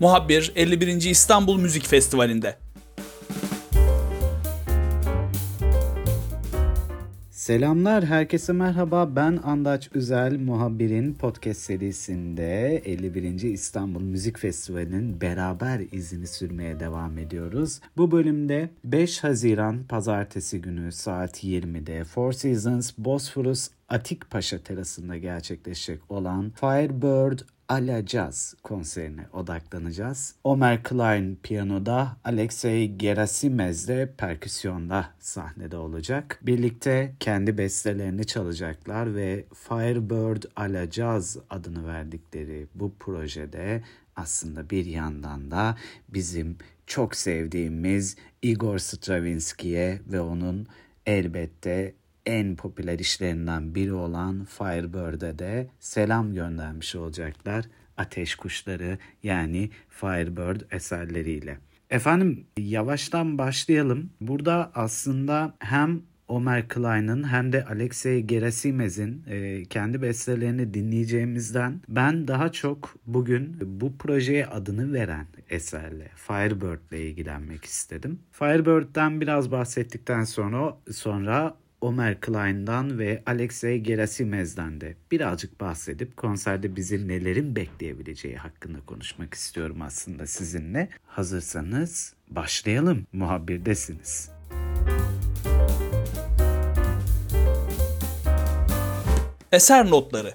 Muhabbir 51. İstanbul Müzik Festivali'nde. Selamlar, herkese merhaba. Ben Andaç Üzel, Muhabbir'in podcast serisinde 51. İstanbul Müzik Festivali'nin beraber izini sürmeye devam ediyoruz. Bu bölümde 5 Haziran Pazartesi günü saat 20'de Four Seasons Bosphorus Atikpaşa terasında gerçekleşecek olan Firebird Ala Jazz konserine odaklanacağız. Omer Klein piyanoda, Alexey Gerasimez de perküsyonda sahnede olacak. Birlikte kendi bestelerini çalacaklar ve Firebird Ala Jazz adını verdikleri bu projede aslında bir yandan da bizim çok sevdiğimiz Igor Stravinsky'ye ve onun elbette en popüler işlerinden biri olan Firebird'e de selam göndermiş olacaklar. Ateş Kuşları yani Firebird eserleriyle. Efendim yavaştan başlayalım. Burada aslında hem Omer Klein'in hem de Alexey Gerasimez'in kendi bestelerini dinleyeceğimizden ben daha çok bugün bu projeye adını veren eserle Firebird'le ilgilenmek istedim. Firebird'den biraz bahsettikten sonra Omer Klein'dan ve Alexey Gerasimez'den de birazcık bahsedip konserde bizi nelerin bekleyebileceği hakkında konuşmak istiyorum aslında sizinle. Hazırsanız başlayalım. Muhabbirdesiniz. Eser notları.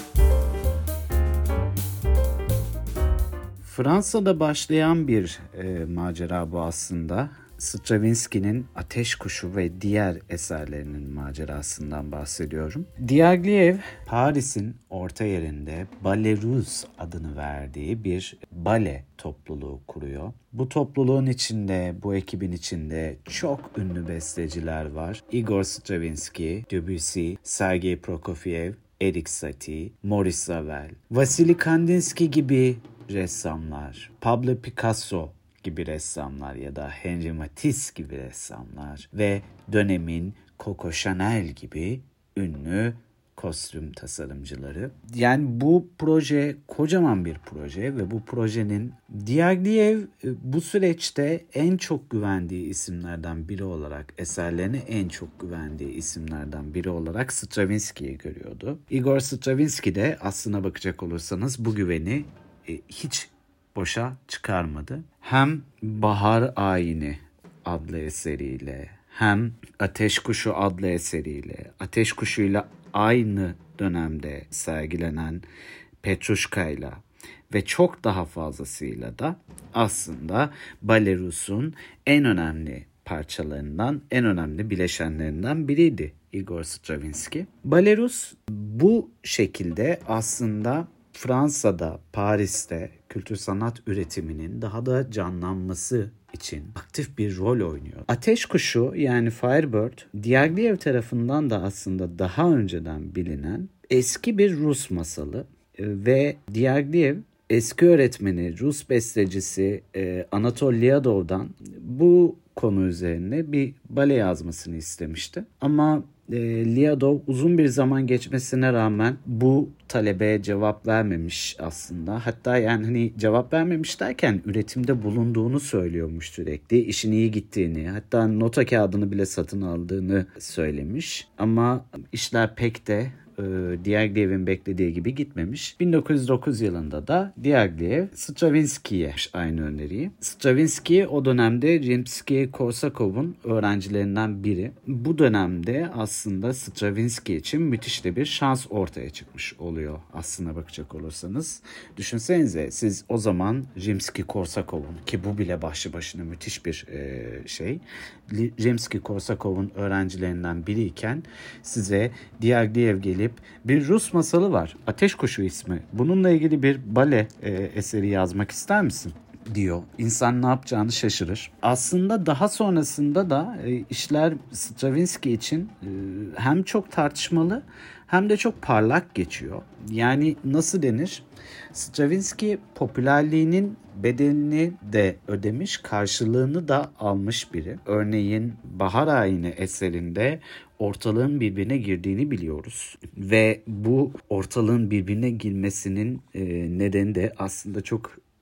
Fransa'da başlayan bir macera bu aslında. Stravinsky'nin Ateş Kuşu ve diğer eserlerinin macerasından bahsediyorum. Diaghilev, Paris'in orta yerinde Ballet Russe adını verdiği bir bale topluluğu kuruyor. Bu topluluğun içinde, bu ekibin içinde çok ünlü besteciler var. Igor Stravinsky, Debussy, Sergei Prokofiev, Erik Satie, Maurice Ravel, Vasily Kandinsky gibi ressamlar, Pablo Picasso gibi ressamlar ya da Henri Matisse gibi ressamlar ve dönemin Coco Chanel gibi ünlü kostüm tasarımcıları. Yani bu proje kocaman bir proje ve bu projenin Diaghilev bu süreçte en çok güvendiği isimlerden biri olarak, eserlerine en çok güvendiği isimlerden biri olarak Stravinsky'yi görüyordu. Igor Stravinsky de aslına bakacak olursanız bu güveni hiç boşa çıkarmadı. Hem Bahar Ayini adlı eseriyle hem Ateş Kuşu adlı eseriyle, Ateş Kuşu'yla aynı dönemde sergilenen Petruşka'yla ve çok daha fazlasıyla da aslında Ballet Russe'un en önemli parçalarından, en önemli bileşenlerinden biriydi Igor Stravinsky. Ballet Russe bu şekilde aslında Fransa'da, Paris'te kültür sanat üretiminin daha da canlanması için aktif bir rol oynuyor. Ateş Kuşu yani Firebird, Diaghilev tarafından da aslında daha önceden bilinen eski bir Rus masalı ve Diaghilev eski öğretmeni, Rus bestecisi Anatol Lyadov'dan bu konu üzerine bir bale yazmasını istemişti. Ama Lyadov uzun bir zaman geçmesine rağmen bu talebe cevap vermemiş aslında. Hatta yani hani cevap vermemiş derken üretimde bulunduğunu söylüyormuş sürekli. İşin iyi gittiğini, hatta nota kağıdını bile satın aldığını söylemiş. Ama işler pek de Diaghilev'in beklediği gibi gitmemiş. 1909 yılında da Diaghilev Stravinsky'ye aynı öneriyi. Stravinsky o dönemde Rimsky-Korsakov'un öğrencilerinden biri. Bu dönemde aslında Stravinsky için müthiş de bir şans ortaya çıkmış oluyor aslına bakacak olursanız. Düşünsenize siz o zaman Rimsky-Korsakov'un, ki bu bile başlı başına müthiş bir şey, Rimsky-Korsakov'un öğrencilerinden biriyken size Diaghilev gelip bir Rus masalı var, Ateş Kuşu ismi, bununla ilgili bir bale eseri yazmak ister misin diyor. İnsan ne yapacağını şaşırır. Aslında daha sonrasında da işler Stravinsky için hem çok tartışmalı hem de çok parlak geçiyor. Yani nasıl denir? Stravinsky popülerliğinin bedelini de ödemiş, karşılığını da almış biri. Örneğin Bahar Ayini eserinde ortalığın birbirine girdiğini biliyoruz. Ve bu ortalığın birbirine girmesinin nedeni de aslında çok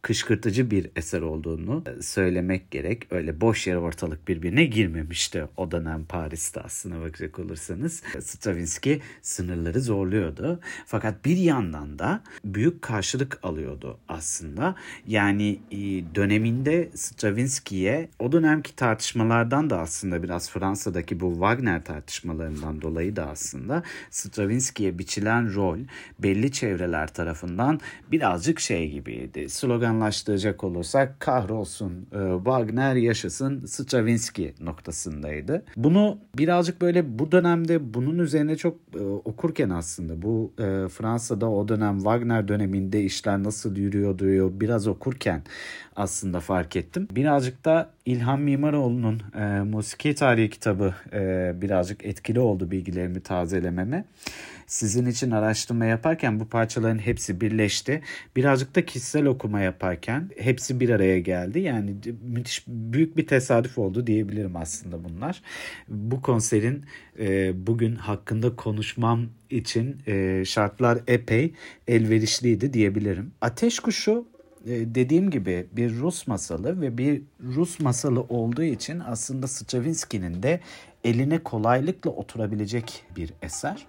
kışkırtıcı bir eser olduğunu söylemek gerek. Öyle boş yere ortalık birbirine girmemişti o dönem Paris'te aslına bakacak olursanız. Stravinsky sınırları zorluyordu. Fakat bir yandan da büyük karşılık alıyordu aslında. Yani döneminde Stravinsky'ye o dönemki tartışmalardan da aslında biraz Fransa'daki bu Wagner tartışmalarından dolayı da aslında Stravinsky'ye biçilen rol belli çevreler tarafından birazcık şey gibiydi. Sloganlaştıracak olursak kahrolsun Wagner yaşasın Stravinsky noktasındaydı. Bunu birazcık böyle bu dönemde bunun üzerine çok okurken aslında bu Fransa'da o dönem Wagner döneminde işler nasıl yürüyordu biraz okurken aslında fark ettim. Birazcık da İlhan Mimaroğlu'nun Musiki Tarihi kitabı birazcık etkili oldu bilgilerimi tazelememe. Sizin için araştırma yaparken bu parçaların hepsi birleşti. Birazcık da kişisel okuma yaparken hepsi bir araya geldi. Yani müthiş büyük bir tesadüf oldu diyebilirim aslında bunlar. Bu konserin bugün hakkında konuşmam için şartlar epey elverişliydi diyebilirim. Ateş Kuşu dediğim gibi bir Rus masalı ve bir Rus masalı olduğu için aslında Stravinsky'nin de eline kolaylıkla oturabilecek bir eser.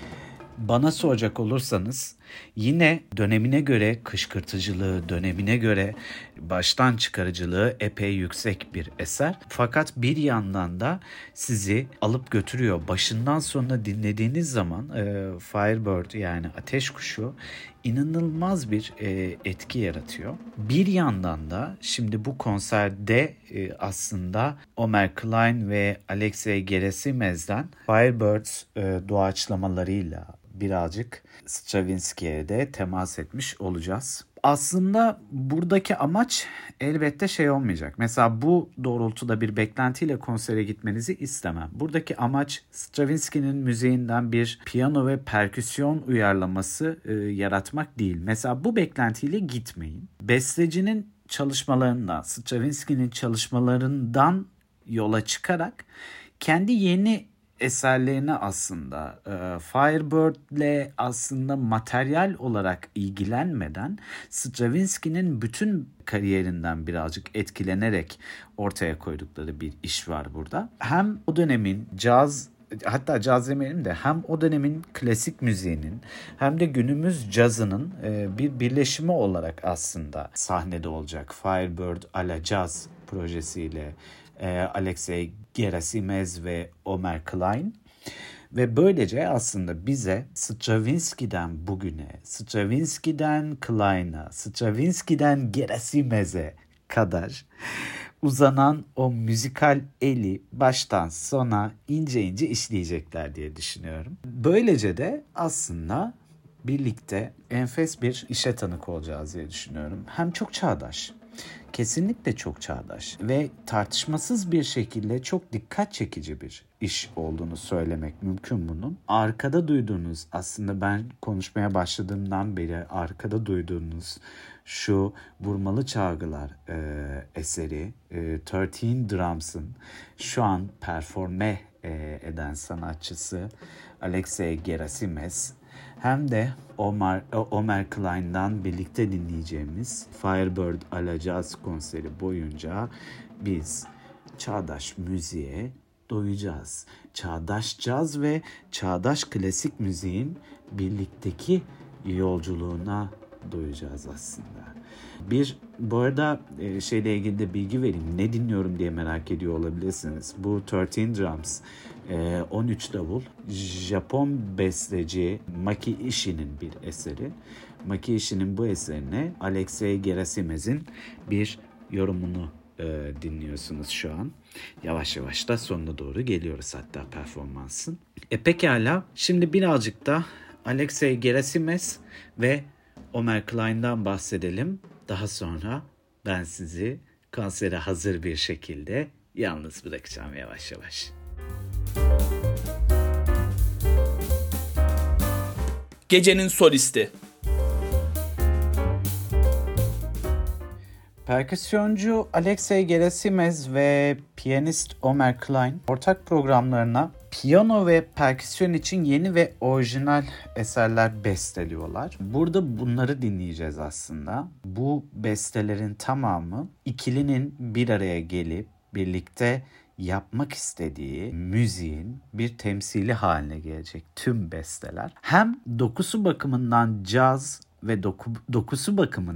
Bana soracak olursanız yine dönemine göre kışkırtıcılığı, dönemine göre baştan çıkarıcılığı epey yüksek bir eser. Fakat bir yandan da sizi alıp götürüyor. Başından sonuna dinlediğiniz zaman Firebird yani Ateş Kuşu inanılmaz bir etki yaratıyor. Bir yandan da şimdi bu konserde aslında Omer Klein ve Alexey Gerasimez'den Firebirds doğaçlamalarıyla birazcık Stravinsky'ye de temas etmiş olacağız. Aslında buradaki amaç elbette şey olmayacak. Mesela bu doğrultuda bir beklentiyle konsere gitmenizi istemem. Buradaki amaç Stravinsky'nin müziğinden bir piyano ve perküsyon uyarlaması yaratmak değil. Mesela bu beklentiyle gitmeyin. Bestecinin çalışmalarından, Stravinsky'nin çalışmalarından yola çıkarak kendi yeni eserlerini aslında Firebird'le aslında materyal olarak ilgilenmeden Stravinsky'nin bütün kariyerinden birazcık etkilenerek ortaya koydukları bir iş var burada. Hem o dönemin caz, hatta caz demeyelim de hem o dönemin klasik müziğinin hem de günümüz cazının bir birleşimi olarak aslında sahnede olacak. Firebird a la Jazz projesiyle Alexey Gerasimez ve Omer Klein ve böylece aslında bize Stravinsky'den bugüne, Stravinsky'den Klein'a, Stravinsky'den Gerasimez'e kadar uzanan o müzikal eli baştan sona ince ince işleyecekler diye düşünüyorum. Böylece de aslında birlikte enfes bir işe tanık olacağız diye düşünüyorum. Hem çok çağdaş, kesinlikle çok çağdaş ve tartışmasız bir şekilde çok dikkat çekici bir iş olduğunu söylemek mümkün bunun. Arkada duyduğunuz, aslında ben konuşmaya başladığımdan beri arkada duyduğunuz şu vurmalı çalgılar eseri 13 Drums'ın şu an performe eden sanatçısı Alexey Gerasimez hem de Omer Klein'dan birlikte dinleyeceğimiz Firebird a la Jazz konseri boyunca biz çağdaş müziğe doyacağız. Çağdaş caz ve çağdaş klasik müziğin birlikteki yolculuğuna doyacağız aslında. Bu arada şeyle ilgili de bilgi vereyim. Ne dinliyorum diye merak ediyor olabilirsiniz. Bu 13 Drums 13 davul Japon besteci Maki Ishii'nin bir eseri. Maki Ishii'nin bu eserine Alexey Gerasimez'in bir yorumunu dinliyorsunuz şu an. Yavaş yavaş da sonuna doğru geliyoruz hatta performansın. Pekala şimdi birazcık da Alexey Gerasimez ve Omer Klein'dan bahsedelim. Daha sonra ben sizi konsere hazır bir şekilde yalnız bırakacağım yavaş yavaş. Gecenin solisti. Perküsyoncu Alexey Gerasimez ve piyanist Omer Klein ortak programlarına piyano ve perküsyon için yeni ve orijinal eserler besteliyorlar. Burada bunları dinleyeceğiz aslında. Bu bestelerin tamamı ikilinin bir araya gelip birlikte yapmak istediği müziğin bir temsili haline gelecek tüm besteler. Hem dokusu bakımından caz ve dokusu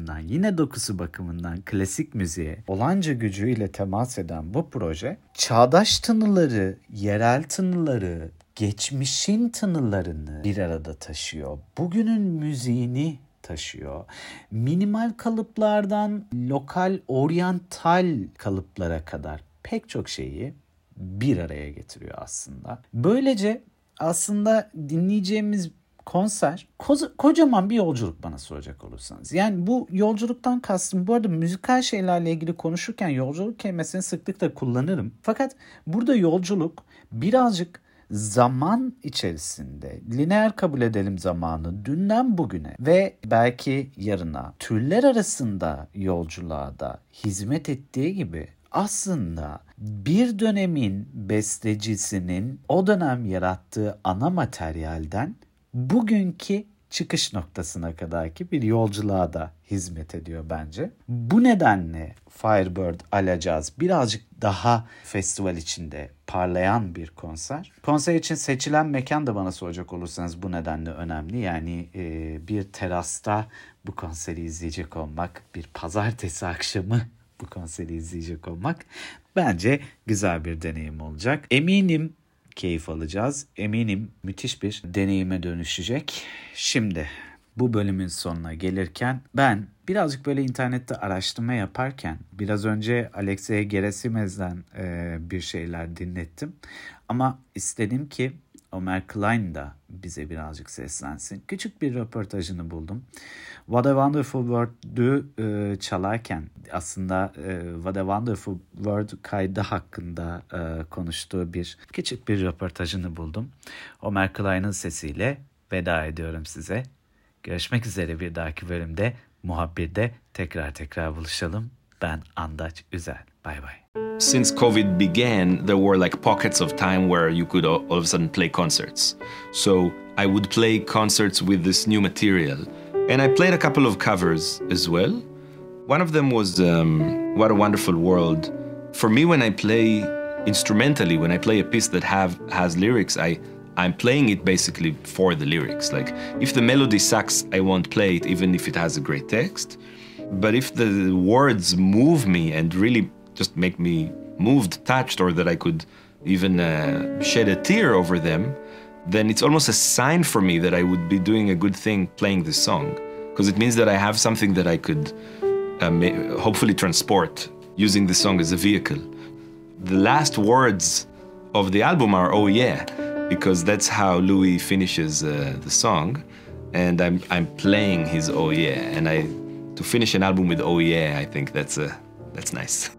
bakımından klasik müziğe olanca gücüyle temas eden bu proje, çağdaş tınıları, yerel tınıları, geçmişin tınılarını bir arada taşıyor. Bugünün müziğini taşıyor. Minimal kalıplardan lokal oryantal kalıplara kadar pek çok şeyi bir araya getiriyor aslında. Böylece aslında dinleyeceğimiz konser kocaman bir yolculuk bana soracak olursanız. Yani bu yolculuktan kastım, bu arada müzikal şeylerle ilgili konuşurken yolculuk kelimesini sıklıkla kullanırım. Fakat burada yolculuk birazcık zaman içerisinde, lineer kabul edelim zamanı, dünden bugüne ve belki yarına, türler arasında yolculuğa da hizmet ettiği gibi aslında bir dönemin bestecisinin o dönem yarattığı ana materyalden bugünkü çıkış noktasına kadarki bir yolculuğa da hizmet ediyor bence. Bu nedenle Firebird Alacaz birazcık daha festival içinde parlayan bir konser. Konser için seçilen mekan da bana soracak olursanız bu nedenle önemli. Yani bir terasta bu konseri izleyecek olmak, bir pazartesi akşamı bu konseri izleyecek olmak bence güzel bir deneyim olacak. Eminim keyif alacağız. Eminim müthiş bir deneyime dönüşecek. Şimdi bu bölümün sonuna gelirken ben birazcık böyle internette araştırma yaparken biraz önce Alexey Gerasimez'den bir şeyler dinlettim. Ama istedim ki Omer Klein da bize birazcık seslensin. Küçük bir röportajını buldum. What a Wonderful World'ü çalarken aslında What a Wonderful World kaydı hakkında konuştuğu bir küçük bir röportajını buldum. Omer Klein'in sesiyle veda ediyorum size. Görüşmek üzere bir dahaki bölümde. Muhabbir'de tekrar buluşalım. Ben Andaç Üzel. Bye bye. Since COVID began, there were like pockets of time where you could all of a sudden play concerts. So I would play concerts with this new material. And I played a couple of covers as well. One of them was What a Wonderful World. For me, when I play instrumentally, when I play a piece that has lyrics, I'm playing it basically for the lyrics. Like, if the melody sucks, I won't play it, even if it has a great text. But if the words move me and really just make me moved, touched, or that I could even shed a tear over them, then it's almost a sign for me that I would be doing a good thing playing this song. Because it means that I have something that I could hopefully transport using this song as a vehicle. The last words of the album are "Oh yeah," because that's how Louis finishes the song, and I'm playing his "Oh yeah," and to finish an album with "Oh yeah," I think that's nice.